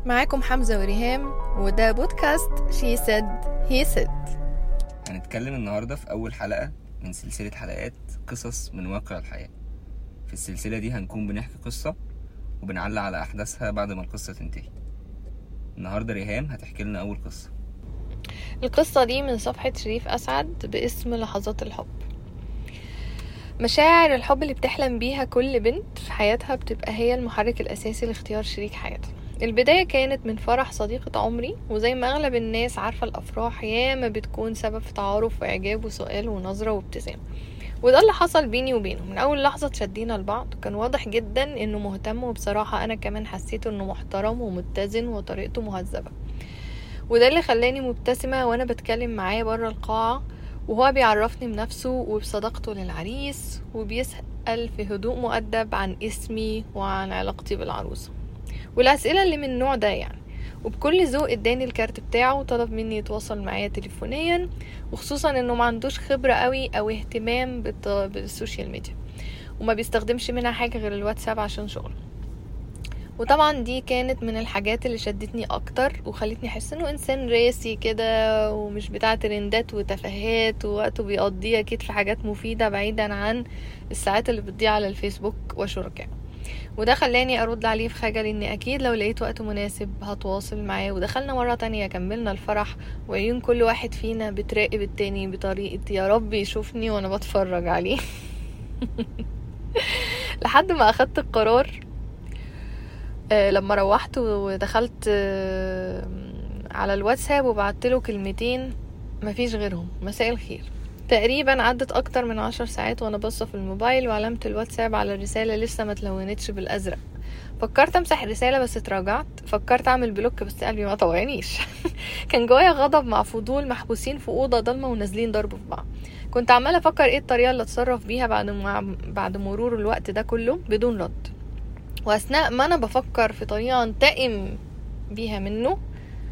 معاكم حمزة وريهام، وده بودكاست She Said He Said. هنتكلم النهاردة في أول حلقة من سلسلة حلقات قصص من واقع الحياة. في السلسلة دي هنكون بنحكي قصة وبنعلق على أحداثها بعد ما القصة تنتهي. النهاردة ريهام هتحكي لنا أول قصة. القصة دي من صفحة شريف أسعد باسم لحظات الحب. مشاعر الحب اللي بتحلم بيها كل بنت في حياتها بتبقى هي المحرك الأساسي لاختيار شريك حياتها. البداية كانت من فرح صديقة عمري، وزي ما أغلب الناس عارفة الأفراح ياما بتكون سبب في تعارف وإعجاب وسؤال ونظرة وابتسام، وده اللي حصل بيني وبينه. من أول لحظة تشدينا لبعض كان واضح جدا إنه مهتم، وبصراحة أنا كمان حسيت إنه محترم ومتزن وطريقته مهذبة، وده اللي خلاني مبتسمة وأنا بتكلم معاه برا القاعة وهو بيعرفني بنفسه وبصداقته للعريس، وبيسأل في هدوء مؤدب عن اسمي وعن علاقتي بالعروسة والأسئلة اللي من النوع ده يعني. وبكل ذوق اداني الكارت بتاعه وطلب مني يتواصل معايا تليفونيا، وخصوصا انه ما عندوش خبرة قوي او اهتمام بالسوشيال ميديا، وما بيستخدمش منها حاجة غير الواتساب عشان شغله. وطبعا دي كانت من الحاجات اللي شدتني اكتر وخلتني احس انه انسان راسي كده، ومش بتاع ترندات وتفاهات، ووقته بيقضيه اكيد في حاجات مفيدة بعيدا عن الساعات اللي بتضيع على الفيسبوك وشركائه. وده خلاني ارد عليه في خجل اني اكيد لو لقيت وقت مناسب هتواصل معاه. ودخلنا مرة تانية، كملنا الفرح وعيون كل واحد فينا بتراقب التاني بطريقة يا رب يشوفني وانا بتفرج عليه. لحد ما اخدت القرار لما روحت ودخلت على الواتساب وبعتله كلمتين مفيش غيرهم: مساء الخير. تقريبا عدت اكتر من 10 ساعات وانا بصة في الموبايل، وعلامة الواتساب على الرسالة لسه ما تلونتش بالازرق. فكرت امسح الرسالة بس اتراجعت، فكرت اعمل بلوك بس قلبي ما طوعنيش. كان جوايا غضب مع فضول، محبوسين في اوضة ضلمة ونازلين ضرب في بعض. كنت عمالة افكر ايه الطريقة اللي اتصرف بيها بعد مرور الوقت ده كله بدون رد. واثناء ما انا بفكر في طريقة انتقم بيها منه،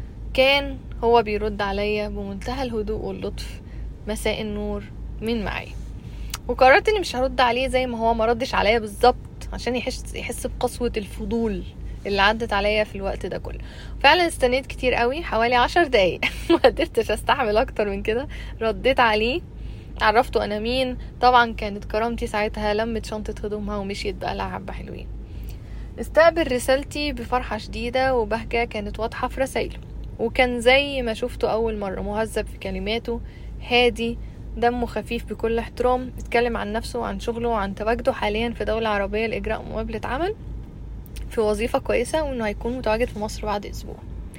كان هو بيرد عليا بمنتهى الهدوء واللطف: مساء النور، مين معايا؟ وقررت اني مش هرد عليه زي ما هو ما ردش عليا بالظبط، عشان يحس بقسوة الفضول اللي عدت عليا في الوقت ده كله. فعلا استنيت كتير قوي، حوالي 10 دقايق. ما قدرتش استحمل اكتر من كده. رديت عليه، عرفته انا مين. طبعا كانت كرامتي ساعتها لمت شنطة هدومها ومشيت بقى لها حبة حلوين. استقبل رسالتي بفرحة شديدة وبهجة كانت واضحة في رسائله، وكان زي ما شفته أول مرة، مهذب في كلماته، هادي، دمه خفيف بكل احترام. اتكلم عن نفسه وعن شغله وعن تواجده حاليا في دولة عربية لإجراء مقابلة عمل في وظيفة كويسة، وانه هيكون متواجد في مصر بعد أسبوع.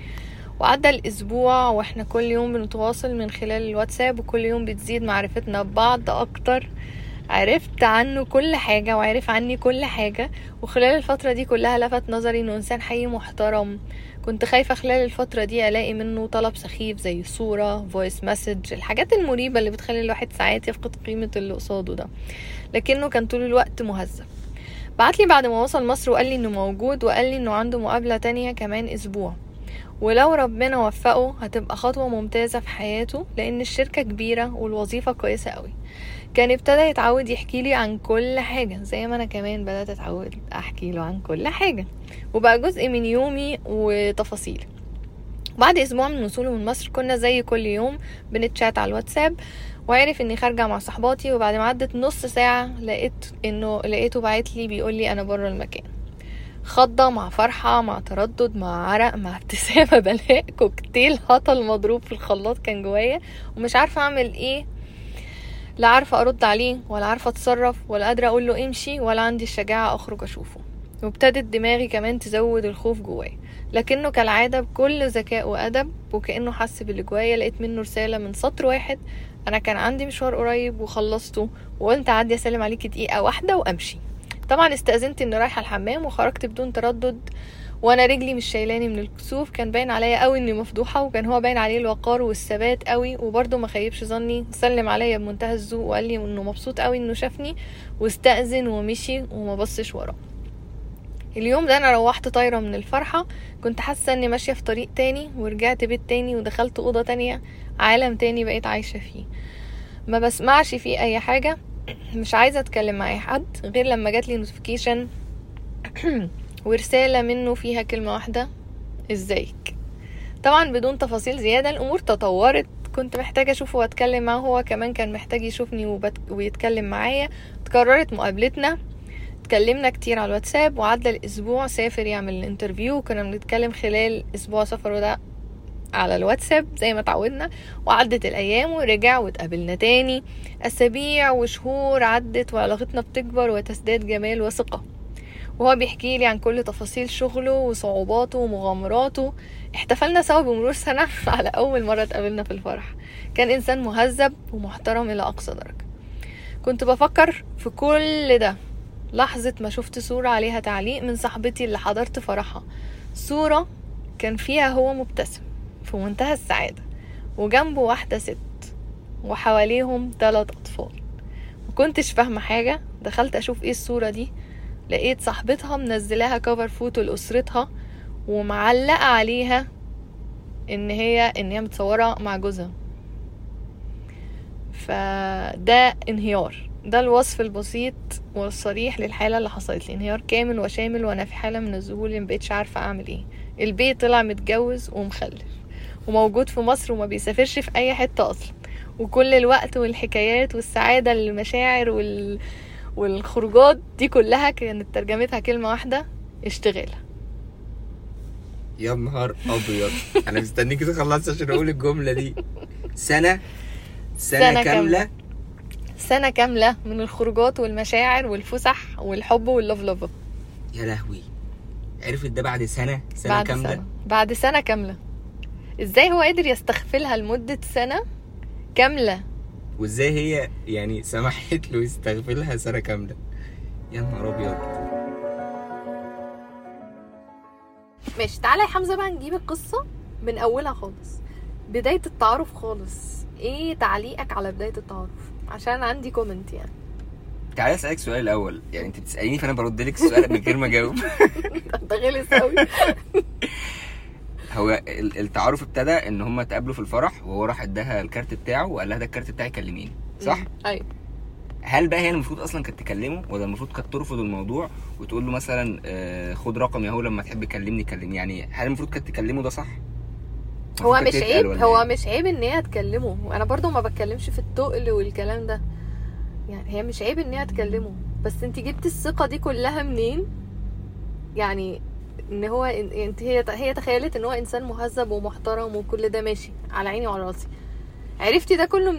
وعدى الأسبوع واحنا كل يوم بنتواصل من خلال الواتساب، وكل يوم بتزيد معرفتنا ببعض أكتر. عرفت عنه كل حاجة وعرف عني كل حاجة، وخلال الفترة دي كلها لفت نظري انه انسان حقيقي محترم. كنت خايفة خلال الفترة دي الاقي منه طلب سخيف زي صورة، فويس مسج، الحاجات المريبة اللي بتخلي الواحد ساعات يفقد قيمة اللي قصاده ده، لكنه كان طول الوقت مهذب. بعتلي بعد ما وصل مصر وقال لي انه موجود، وقال لي انه عنده مقابلة تانية كمان اسبوع، ولو ربنا وفقه هتبقى خطوة ممتازة في حياته، لان الشركة كبيرة والوظيفة كويسة قوي. كان ابتدى يتعود يحكي لي عن كل حاجة، زي ما انا كمان بدأت اتعود احكي له عن كل حاجة، وبقى جزء من يومي وتفاصيل. بعد اسبوع من وصوله من مصر كنا زي كل يوم بنتشات على الواتساب، وعرف اني خارجة مع صحباتي. وبعد ما عدت نص ساعة لقيته باعت لي بيقول لي انا بره المكان. خضة مع فرحة مع تردد مع عرق مع ابتسامة بلاء، كوكتيل هطل مضروب في الخلاط كان جوايا، ومش عارفة اعمل ايه. لا عارفة ارد عليه، ولا عارفة اتصرف، ولا قادرة اقول له امشي، ولا عندي الشجاعة اخرج اشوفه. وابتدت دماغي كمان تزود الخوف جواي، لكنه كالعادة بكل ذكاء وادب وكأنه حس باللي جوايا. لقيت منه رسالة من سطر واحد: انا كان عندي مشوار قريب وخلصته، وقلت اعدي اسلم عليكي دقيقة واحدة وامشي. طبعا استأذنت اني رايحة الحمام وخرجت بدون تردد، وانا رجلي مش شايلاني من الكسوف. كان باين عليا قوي اني مفضوحه، وكان هو باين عليه الوقار والثبات قوي، وبرضه ما خيبش ظني. سلم عليا بمنتهى الذوق وقال لي انه مبسوط قوي انه شافني، واستأذن ومشي وما بصش وراه. اليوم ده انا روحت طايره من الفرحه، كنت حاسه اني ماشيه في طريق تاني، ورجعت بيت تاني ودخلت اوضه تانية، عالم تاني بقيت عايشه فيه، ما بسمعش فيه اي حاجه، مش عايزه اتكلم مع اي حد غير لما جات لي نوتيفيكيشن ورساله منه فيها كلمه واحده: ازيك. طبعا بدون تفاصيل زيادة، الامور تطورت، كنت محتاجة اشوفه واتكلم معاه، هو كمان كان محتاج يشوفني ويتكلم معايا. اتكررت مقابلتنا، اتكلمنا كتير على الواتساب، وعدى الاسبوع سافر يعمل الانترفيو، كنا بنتكلم خلال اسبوع سفره ده على الواتساب زي ما تعودنا. وعدت الايام ورجع واتقابلنا تاني، اسابيع وشهور عدت وعلاقتنا بتكبر وتزداد جمال وثقة. وهو بيحكي لي عن كل تفاصيل شغله وصعوباته ومغامراته. احتفلنا سوا بمرور سنة على اول مرة اتقابلنا في الفرح. كان انسان مهذب ومحترم الى اقصى درجة. كنت بفكر في كل ده لحظة ما شفت صورة عليها تعليق من صاحبتي اللي حضرت فرحها، صورة كان فيها هو مبتسم في منتهى السعادة، وجنبه واحدة ست، وحواليهم 3 أطفال. مكنتش فاهمة حاجة. دخلت أشوف ايه الصورة دي، لقيت صاحبتها منزلاها كفر فوتو لأسرتها، ومعلقة عليها ان هي متصورة مع جوزها. فده انهيار، ده الوصف البسيط والصريح للحالة اللي حصلت لي. انهيار كامل وشامل، وانا في حالة من الذهول، مبقتش عارفة اعمل ايه. البيت طلع متجوز ومخلف وموجود في مصر وما بيسافرش في اي حتة اصلا، وكل الوقت والحكايات والسعادة المشاعر والخروجات دي كلها كانت ترجمتها كلمة واحدة: اشتغال. يا نهار ابيض، انا مستنيك تخلص عشان اقول الجملة دي. سنة كاملة. سنة كاملة من الخروجات والمشاعر والفسح والحب واللفلفة. يا لهوي، عرفت ده بعد سنة كاملة. بعد سنة كاملة. ازاي هو قادر يستغفلها لمدة سنة كاملة؟ وازاي هي يعني سمحت له يستغفلها سنة كاملة؟ يا نهار ابيض. ماشي، تعالى يا حمزة بقى نجيب القصة من اولها خالص، بداية التعارف خالص. ايه تعليقك على بداية التعارف؟ عشان عندي كومنت يعني. تعالى اسألك سؤال الاول، يعني انت بتسأليني فانا برد لك السؤال من غير ما اجاوب. انت غلس قوي. هو التعارف ابتدى ان هم اتقابلوا في الفرح، وهو راح اداها الكارت بتاعه وقال لها ده الكارت بتاعي كلميني، صح؟ ايوه. هل بقى هي المفروض اصلا كانت تكلمه، ولا المفروض كانت ترفض الموضوع وتقول له مثلا خد رقمي اهو لما تحب كلمني؟ يعني هل المفروض كانت تكلمه؟ ده صح؟ هو مش عيب، هو مش عيب ان هي تكلمه. انا برضو ما بتكلمش في التقل والكلام ده، يعني هي مش عيب ان هي تكلمه، بس انت جبت الثقة دي كلها منين؟ يعني ان هو انت هي تخيلت ان هو انسان مهذب ومحترم وكل ده ماشي على عيني وعلى راسي. عرفتي ده كله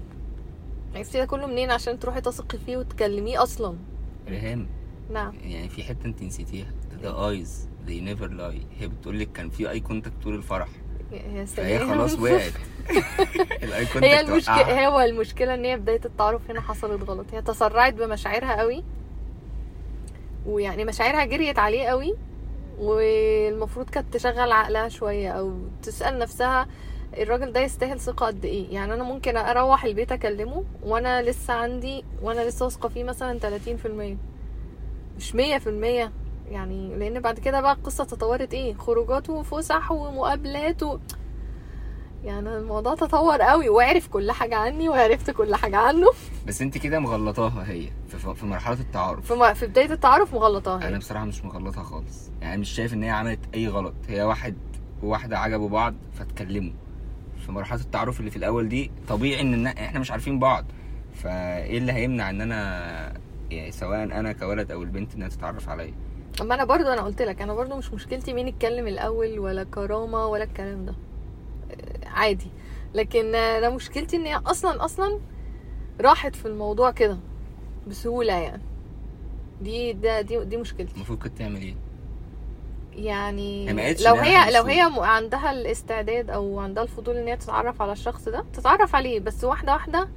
منين عشان تروحي تثقي فيه وتكلميه اصلا؟ ريهام، نعم. يعني في حته انت نسيتيها، ده ايز they never lie. هي بتقولك كان في اي كونتاكت طول الفرح، هي خلاص وقعت. الاي كونتاكت هو المشكله ان هي بدايه التعارف هنا حصلت غلط. هي تسرعت بمشاعرها قوي، ويعني مشاعرها جريت عليه قوي، والمفروض كانت تشغل عقلها شويه او تسال نفسها الراجل ده يستاهل ثقه قد ايه. يعني انا ممكن اروح البيت اكلمه وانا لسه واثقه فيه مثلا 30%، مش 100%، يعني لان بعد كده بقى القصه تطورت ايه، خروجات وفسح ومقابلات يعني الموضوع تطور قوي، وعرف كل حاجه عني وعرفت كل حاجه عنه. بس انت كده مغلطاها هي في مرحله التعارف، في بدايه التعارف مغلطاها. انا بصراحه مش مغلطها خالص، يعني مش شايف ان هي عملت اي غلط. هي واحد وواحده عجبوا بعض فتكلموا في مرحله التعارف اللي في الاول دي. طبيعي ان احنا مش عارفين بعض، فايه اللي هيمنع ان انا يعني سواء انا كولد او البنت انها تتعرف عليا؟ اما انا قلت لك انا برضو مش مشكلتي مين اتكلم الاول ولا كرامه ولا الكلام ده، عادي. لكن انا مشكلتي ان هي اصلا راحت في الموضوع كده بسهوله. يعني دي مشكلتي. المفروض كنت تعمل ايه؟ يعني لو هي عندها الاستعداد او عندها الفضول ان هي تتعرف على الشخص ده، تتعرف عليه بس واحده واحده،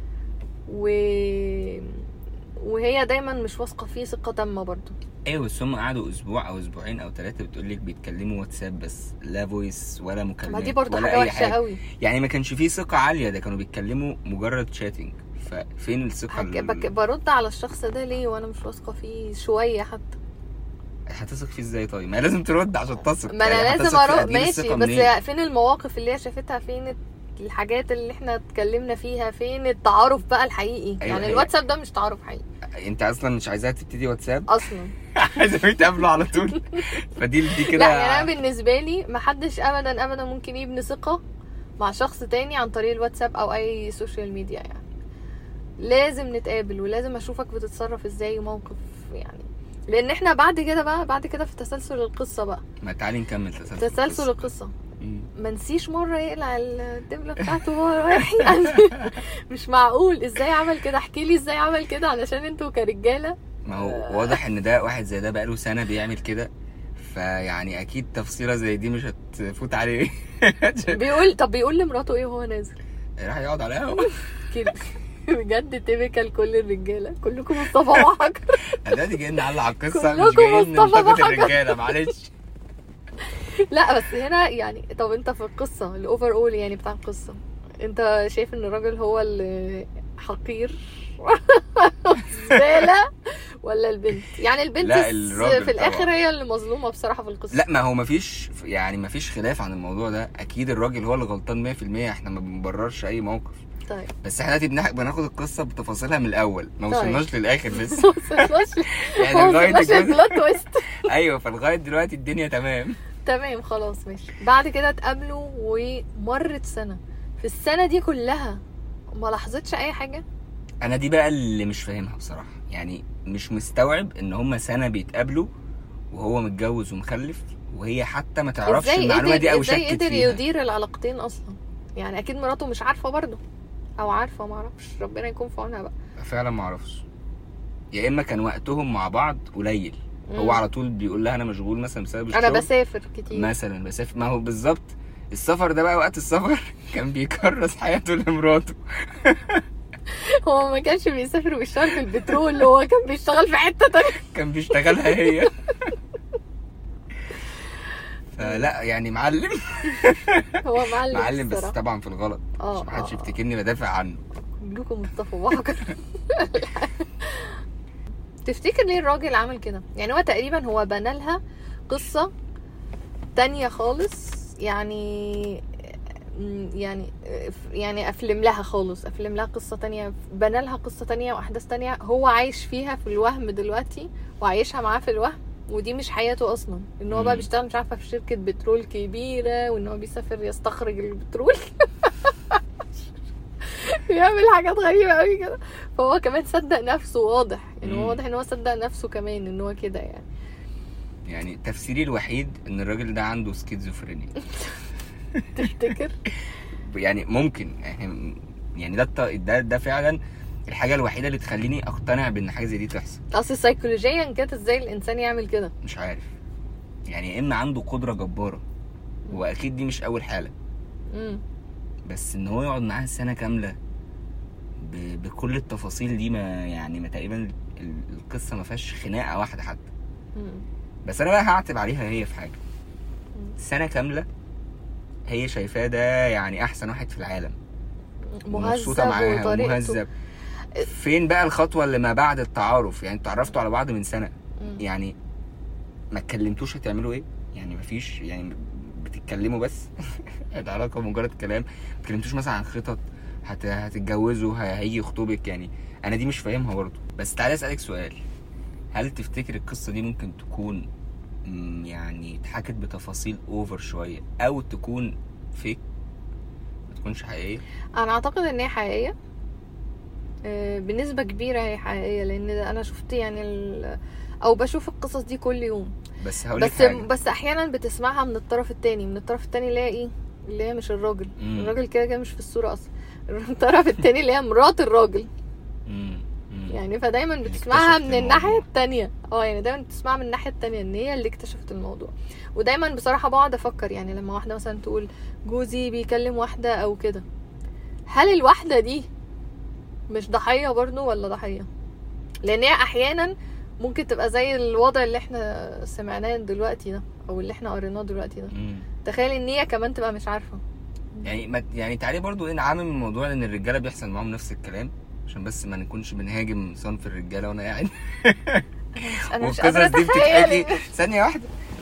وهي دايما مش واثقه فيه ثقه تامه برضو. ايوه، بس هم قعدوا اسبوع او اسبوعين او 3 بتقولك بيتكلموا واتساب بس، لا فويس ولا مكالمات، ما دي برضو حاجه وحشه قوي. يعني ما كانش فيه ثقه عاليه، ده كانوا بيتكلموا مجرد شاتنج. ففين الثقه؟ برد على الشخص ده ليه وانا مش واثقه فيه شويه حتى؟ هتثق فيه ازاي؟ طيب ما لازم ترد عشان تثق. ما انا يعني لازم ارد، ماشي، بس فين المواقف اللي هي شافتها؟ فين الحاجات اللي احنا اتكلمنا فيها، فين التعارف بقى الحقيقي؟ أيوة، يعني الواتساب ده مش تعارف حقيقي انت اصلا مش عايزاها تبتدي واتساب اصلا. عايزة يتقابلوا على طول. دي كده. لا يعني انا بالنسبه لي محدش ابدا ممكن يبني ثقه مع شخص تاني عن طريق الواتساب او اي سوشيال ميديا. يعني لازم نتقابل ولازم اشوفك بتتصرف ازاي وموقف، يعني لان احنا بعد كده في تسلسل القصه بقى. ما تعالي نكمل تسلسل القصه. ما نسيش مره يقلع الدبله بتاعته وهو رايح يعني. مش معقول ازاي عمل كده، احكي لي ازاي عمل كده علشان انتوا كرجاله. ما هو واضح ان ده واحد زي ده بقاله سنه بيعمل كده، فيعني اكيد تفصيله زي دي مش هتفوت عليه. بيقول لمراته ايه وهو نازل؟ راح يقعد على قهوه كده. بجد تيبيكال كل الرجاله، كلكم مصطفى وحجر. دلوقتي جايين نعلق على القصه، مش كلكم جايين مصطفى ننتقد وحجر. الرجاله، معلش. لا بس هنا يعني، طب انت في القصه الاوفر اول يعني بتاع القصه، انت شايف ان الراجل هو اللي حقير زباله ولا البنت؟ يعني البنت لا، الراجل في الاخر طبعا هي اللي مظلومه بصراحه في القصه. لا، ما هو مفيش خلاف عن الموضوع ده. اكيد الراجل هو اللي غلطان 100%. احنا ما بنبررش اي موقف. طيب بس احنا دلوقتي بناخد القصه بتفاصيلها من الاول، ما طيب. وصلناش للاخر لسه. يعني ما لغايه وصلناش البلوت تويست. ايوه، فلغايه دلوقتي الدنيا تمام. تمام خلاص ماشي. بعد كده اتقابلوا ومرت سنه، في السنه دي كلها ما لاحظتش اي حاجه. انا دي بقى اللي مش فاهمها بصراحه، يعني مش مستوعب ان هما سنه بيتقابلوا وهو متجوز ومخلف، وهي حتى ما تعرفش المعلومه دي او شكت فيها. ازاي قدر يدير العلاقتين اصلا؟ يعني اكيد مراته مش عارفه برضه، او عارفه، ما اعرفش، ربنا يكون في عونها بقى. فعلا ما اعرفش، يا اما كان وقتهم مع بعض قليل. هو على طول بيقول لها انا مشغول مثلا بسبب الشغل، انا بسافر كتير مثلا بسافر. ما هو بالظبط السفر ده بقى، وقت السفر كان بيكرس حياته لمراته. هو ما كانش بيسافر ويشتغل في البترول، هو كان بيشتغل في حته تانية. كان بيشتغلها هي. فلا يعني معلم. هو معلم بس الصراحة. طبعا في الغلط، عشان محدش يفتكرني بدافع عنه. كلكم مصطفى وحجر. تفتكر ليه الراجل عمل كده؟ يعني هو تقريبا هو بنى لها قصة تانية خالص، يعني افلم لها قصة تانية، بنى لها قصة تانية واحداث تانية هو عايش فيها في الوهم دلوقتي، وعايشها معاه في الوهم، ودي مش حياته اصلا. ان هو بقى بيشتغل مش عارفه في شركه بترول كبيره، وان هو بيسافر يستخرج البترول. بيعمل حاجات غريبه قوي كده. فهو كمان صدق نفسه، واضح يعني هو واضح ان هو صدق نفسه كمان ان هو كده. يعني تفسيري الوحيد ان الراجل ده عنده سكيزوفرينيا. تفتكر؟ يعني ممكن، يعني ده فعلا الحاجه الوحيده اللي تخليني اقتنع بان حاجه زي دي تحصل. اصل سيكولوجيا كانت ازاي الانسان يعمل كده؟ مش عارف، يعني اما عنده قدره جباره، واكيد دي مش اول حاله. بس ان هو يقعد معاها سنه كامله بكل التفاصيل دي، ما تقريبا القصه ما فيهاش خناقه واحده حتى. بس انا بقى هعتب عليها هي في حاجه. سنه كامله هي شايفاه ده يعني احسن واحد في العالم، مبسوطه معاها ومهذب. فين بقى الخطوه اللي ما بعد التعارف؟ يعني تعرفتوا على بعض من سنه، يعني ما اتكلمتوش هتعملوا ايه؟ يعني مفيش، يعني بتتكلموا بس. العلاقه مجرد كلام، ما اتكلمتوش مثلا عن خطط هتتجوزوا، هيجي يخطبك. يعني انا دي مش فاهمها برضه. بس تعالى اسالك سؤال، هل تفتكر القصه دي ممكن تكون يعني اتحكت بتفاصيل اوفر شويه، او تكون فيك، ما تكونش حقيقيه؟ انا اعتقد ان هي حقيقيه بنسبه كبيره. هي حقيقيه لان انا شفت يعني او بشوف القصص دي كل يوم. بس هقولك حاجه، بس احيانا بتسمعها من الطرف التاني اللي هي ايه، اللي هي مش الراجل. الراجل كده مش في الصوره اصلا. الطرف التاني اللي هي مرات الراجل. يعني فدايما بتسمعها من الناحيه التانية. يعني دايما بتسمعها من الناحيه التانية ان هي اللي اكتشفت الموضوع. ودايما بصراحه بقعد افكر، يعني لما واحده مثلا تقول جوزي بيكلم واحده او كده، هل الواحده دي مش ضحيه برضه ولا ضحيه؟ لان هي احيانا ممكن تبقى زي الوضع اللي احنا سمعناه دلوقتي ده، او اللي احنا قريناه دلوقتي ده. تخيل ان هي كمان تبقى مش عارفه. يعني تعالي برضو نعمم الموضوع، لان الرجاله بيحصل معاهم نفس الكلام، عشان بس ما نكونش بنهاجم صنف الرجاله وانا قاعد. انا مش قادره دي بتتحكي ثانيه واحده.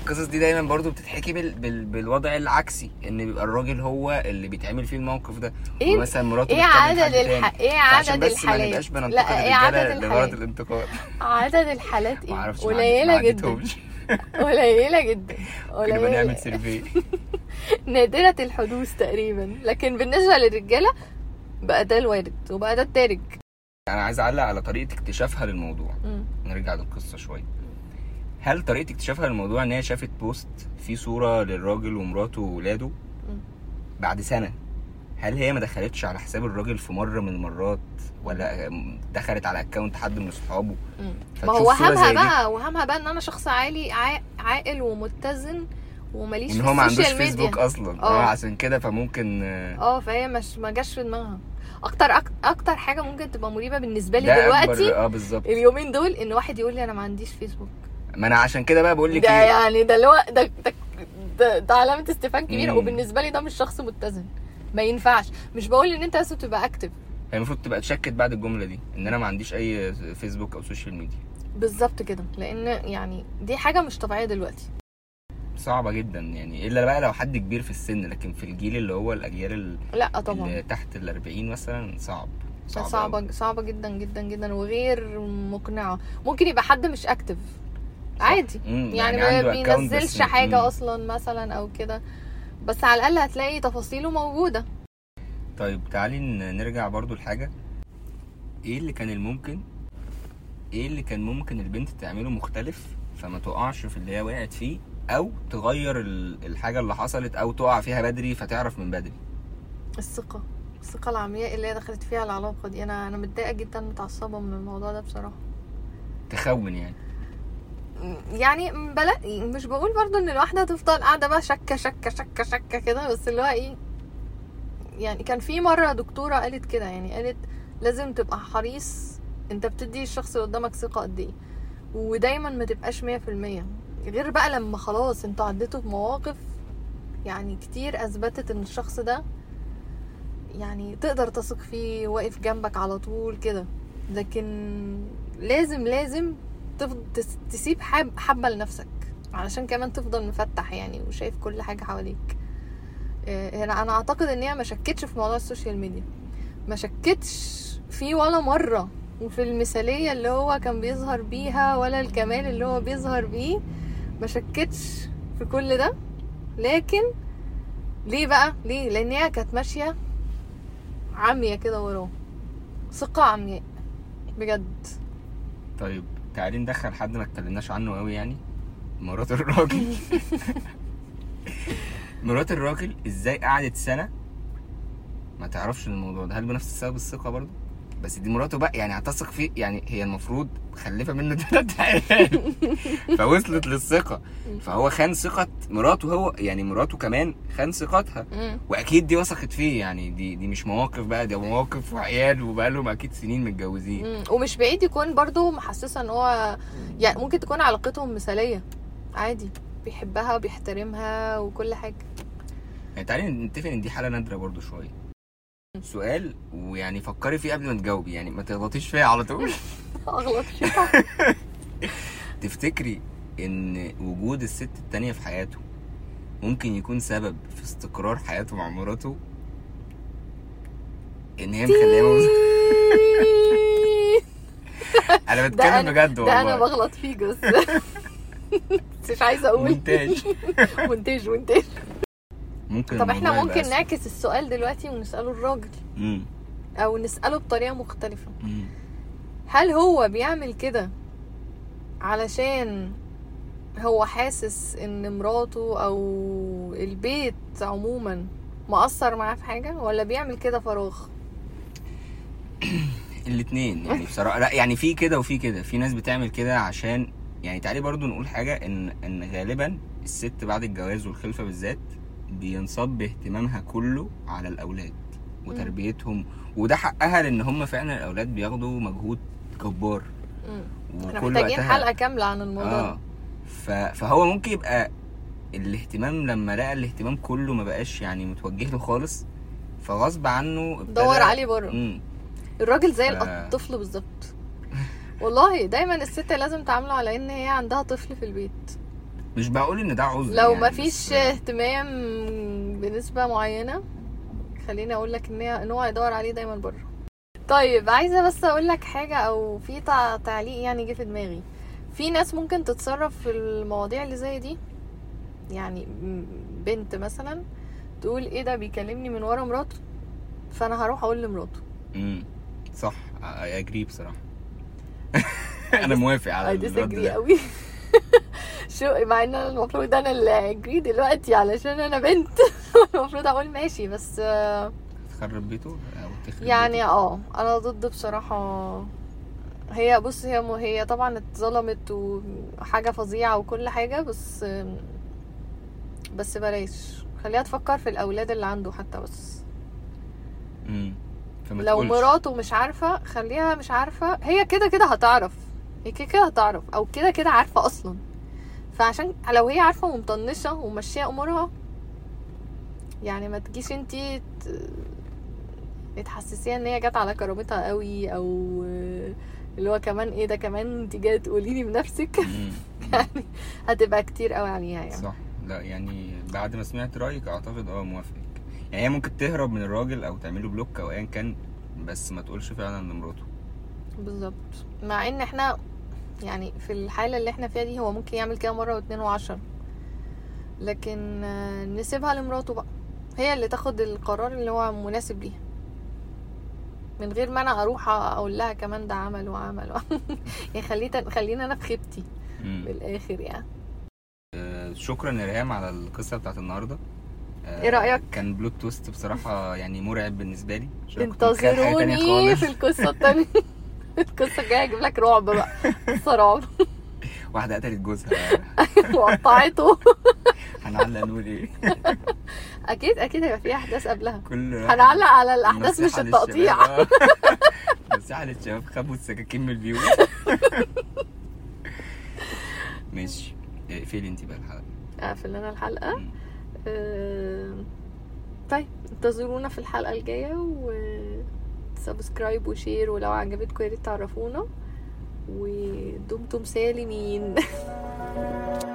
القصص دي دايما برضو بتتحكي بالوضع العكسي، ان بيبقى الراجل هو اللي بيتعمل فيه الموقف ده، مثلا مراته ايه عدد الحالات بس ما نبقاش بننتقد الرجاله لغرض الانتقاد. عدد الحالات ايه؟ قليله جدا قليله جدا، قليله. نعمل سيرفي نادره الحدوث تقريبا. لكن بالنسبه للرجاله بقى ده الوارد وبقى ده الدارج. انا عايز اعلق على طريقه اكتشافها للموضوع. نرجع للقصه شويه. هل طريقه اكتشافها للموضوع ان هي شافت بوست فيه صوره للراجل ومراته وولاده بعد سنه؟ هل هي ما دخلتش على حساب الراجل في مره من المرات، ولا دخلت على اكونت حد من اصحابه؟ ما هو وهمها بقى ان انا شخص عاقل ومتزن وماليش في السوشيال ميديا، ان هو ما عندوش فيسبوك اصلا. عشان كده فممكن فهي ما جاش في دماغها. اكتر حاجه ممكن تبقى مريبه بالنسبه لي دلوقتي بالظبط اليومين دول ان واحد يقول لي انا ما عنديش فيسبوك. ما انا عشان كده بقى بقول لك ده يعني ده اللي هو ده علامه استفهام كبيره. وبالنسبه لي ده مش شخص متزن، ما ينفعش. مش بقول ان انت لازم تبقى اكتف، هي المفروض تبقى اتشكت بعد الجمله دي ان انا ما عنديش اي فيسبوك او سوشيال ميديا. بالظبط كده، لان يعني دي حاجه مش طبيعيه دلوقتي، صعبه جدا يعني. الا بقى لو حد كبير في السن، لكن في الجيل اللي هو الاجيال لا طبعا اللي تحت ال40 مثلا صعبه جدا جدا جدا وغير مقنعه. ممكن يبقى حد مش اكتف عادي، يعني ما بينزلش حاجه اصلا مثلا او كده، بس على الاقل هتلاقي تفاصيله موجوده. طيب تعالي نرجع برضو لحاجه. ايه اللي كان ممكن البنت تعمله مختلف فما تقعش في اللي هي وقعت فيه، او تغير الحاجه اللي حصلت، او تقع فيها بدري فتعرف من بدري؟ الثقه العمياء اللي هي دخلت فيها العلاقه دي. انا متضايقه جدا، متعصبه من الموضوع ده بصراحه. تخون يعني مش بقول برضو ان الواحده تفضل قاعده بقى شكه كده، بس اللي هو ايه، يعني كان في مره دكتوره قالت كده، يعني قالت لازم تبقى حريص انت بتدي الشخص اللي قدامك ثقه قد ايه، ودايما ما تبقاش 100%، غير بقى لما خلاص انتوا عديتوا بمواقف يعني كتير اثبتت ان الشخص ده يعني تقدر تثق فيه، واقف جنبك على طول كده. لكن لازم تسيب حبة لنفسك علشان كمان تفضل مفتح يعني وشايف كل حاجة حواليك. انا اعتقد ان هي ما شكتش في موضوع السوشيال ميديا، ما شكتش فيه ولا مرة، وفي المثالية اللي هو كان بيظهر بيها ولا الكمال اللي هو بيظهر بيه، ما شكتش في كل ده. لكن ليه بقى؟ ليه؟ لان هي كانت ماشية عمية كده وراه، ثقة عمياء بجد. طيب تعالي ندخل حد ما اتكلمناش عنه قوي، يعني مرات الراجل. مرات الراجل ازاي قعدت سنة ما تعرفش الموضوع ده؟ هل بنفس السبب الثقة برضو؟ بس دي مراته بقى، يعني هتثق فيه، يعني هي المفروض خلفة منه 3 عيال فوصلت للثقة، فهو خان ثقة مراته، هو يعني مراته كمان خان ثقتها، واكيد دي وثقت فيه. يعني دي مش مواقف بقى، دي مواقف وعيال وبقالهم اكيد سنين متجوزين. ومش بعيد يكون برضو محسسة ان هو يعني ممكن تكون علاقتهم مثالية عادي، بيحبها وبيحترمها وكل حاجة. يعني تعالي نتفق ان دي حالة نادرة برضو شوية. سؤال ويعني فكري فيه قبل ما تجاوبي، يعني ما تغلطيش فيها على طول. اغلط تفتكري ان وجود الست التانية في حياته ممكن يكون سبب في استقرار حياته مع مراته؟ ان هي مخليه انا بتكلم بجد والله. ده انا بغلط فيك بس مش عايزه اقول. مونتاج ممكن. طب احنا ممكن نعكس السؤال دلوقتي ونسأله الراجل، او نسأله بطريقة مختلفة. هل هو بيعمل كده علشان هو حاسس ان مراته او البيت عموما مقصر معاه في حاجة، ولا بيعمل كده فراغ؟ الاتنين يعني بصراحة. لا يعني في كده وفي كده. في ناس بتعمل كده عشان يعني تعالي برضو نقول حاجة، ان غالبا الست بعد الجواز والخلفة بالذات بينصب اهتمامها كله على الاولاد وتربيتهم، وده حقها، لان هم فعلا الاولاد بياخدوا مجهود جبار، وكل محتاجين حلقه كامله عن الموضوع. فهو ممكن يبقى الاهتمام لما لقى الاهتمام كله ما بقاش يعني متوجه له خالص، فغصب عنه دور عليه بره. الراجل زي الطفل بالظبط. والله دايما الست لازم تعامله على ان هي عندها طفل في البيت، مش بقول ان ده عذر لو يعني، مفيش بس اهتمام بنسبة معينة، خليني اقول لك ان هو يدور عليه دايما بره. طيب عايزة بس اقول لك حاجة، او في تعليق يعني جه في دماغي. في ناس ممكن تتصرف في المواضيع اللي زي دي، يعني بنت مثلا تقول ايه ده بيكلمني من ورا مراته، فانا هروح اقول لمراته. صح، اجري بصراحة. انا موافق على الرد ده قوي. شو مع ان المفروض انا اللي اجري دلوقتي علشان انا بنت. المفروض اقول ماشي، بس تخرب بيته او تخرب يعني بيته. انا ضد بصراحة. هي بص، هي طبعا اتظلمت وحاجة فظيعة وكل حاجة، بس بلاش، خليها تفكر في الاولاد اللي عنده حتى. بس لو مراته مش عارفة خليها مش عارفة، هي كده هتعرف، هي كده هتعرف، او كده عارفة اصلا. فعشان لو هي عارفة ومطنشة وماشية امورها، يعني ما تجيش انتي تحسسيها ان هي جت على كرامتها قوي، او اللي هو كمان ايه ده كمان انتي جايه تقولي لي بنفسك. يعني هتبقى كتير قوي عليها يعني. صح. لا يعني بعد ما سمعت رايك اعتقد موافقك. يعني هي ممكن تهرب من الراجل او تعمله بلوك او ايا كان، بس ما تقولش فعلا لمراته. بالظبط. مع ان احنا يعني في الحالة اللي احنا فيها دي هو ممكن يعمل كده مرة واتنين وعشرة، لكن نسيبها لمراته بقى، هي اللي تاخد القرار اللي هو مناسب ليها، من غير ما انا اروح اقول لها كمان ده عمل وعمل. يعني خلينا انا في خيبتي بالاخر يعني. شكرا يا ريهام على القصة بتاعت النهاردة. ايه رأيك؟ كان بلوت تويست بصراحة يعني مرعب بالنسبة لي. انتظروني في القصة التانية. القصة الجاية اجيب لك رعب بقى، قصة رعب. واحدة قتلت جوزها وقطعته. هنعلق نقول ايه؟ اكيد هيبقى في احداث قبلها، هنعلق على الاحداث مش التقطيع. نصيحة للشباب، خبوا السكاكين من البيوت. ماشي، اقفلي انتي بقى الحلقة. اقفل انا الحلقة. طيب انتظرونا في الحلقة الجاية، وسبسكرايب وشير، ولو عجبتكم ياريت تعرفونا، ودمتم سالمين.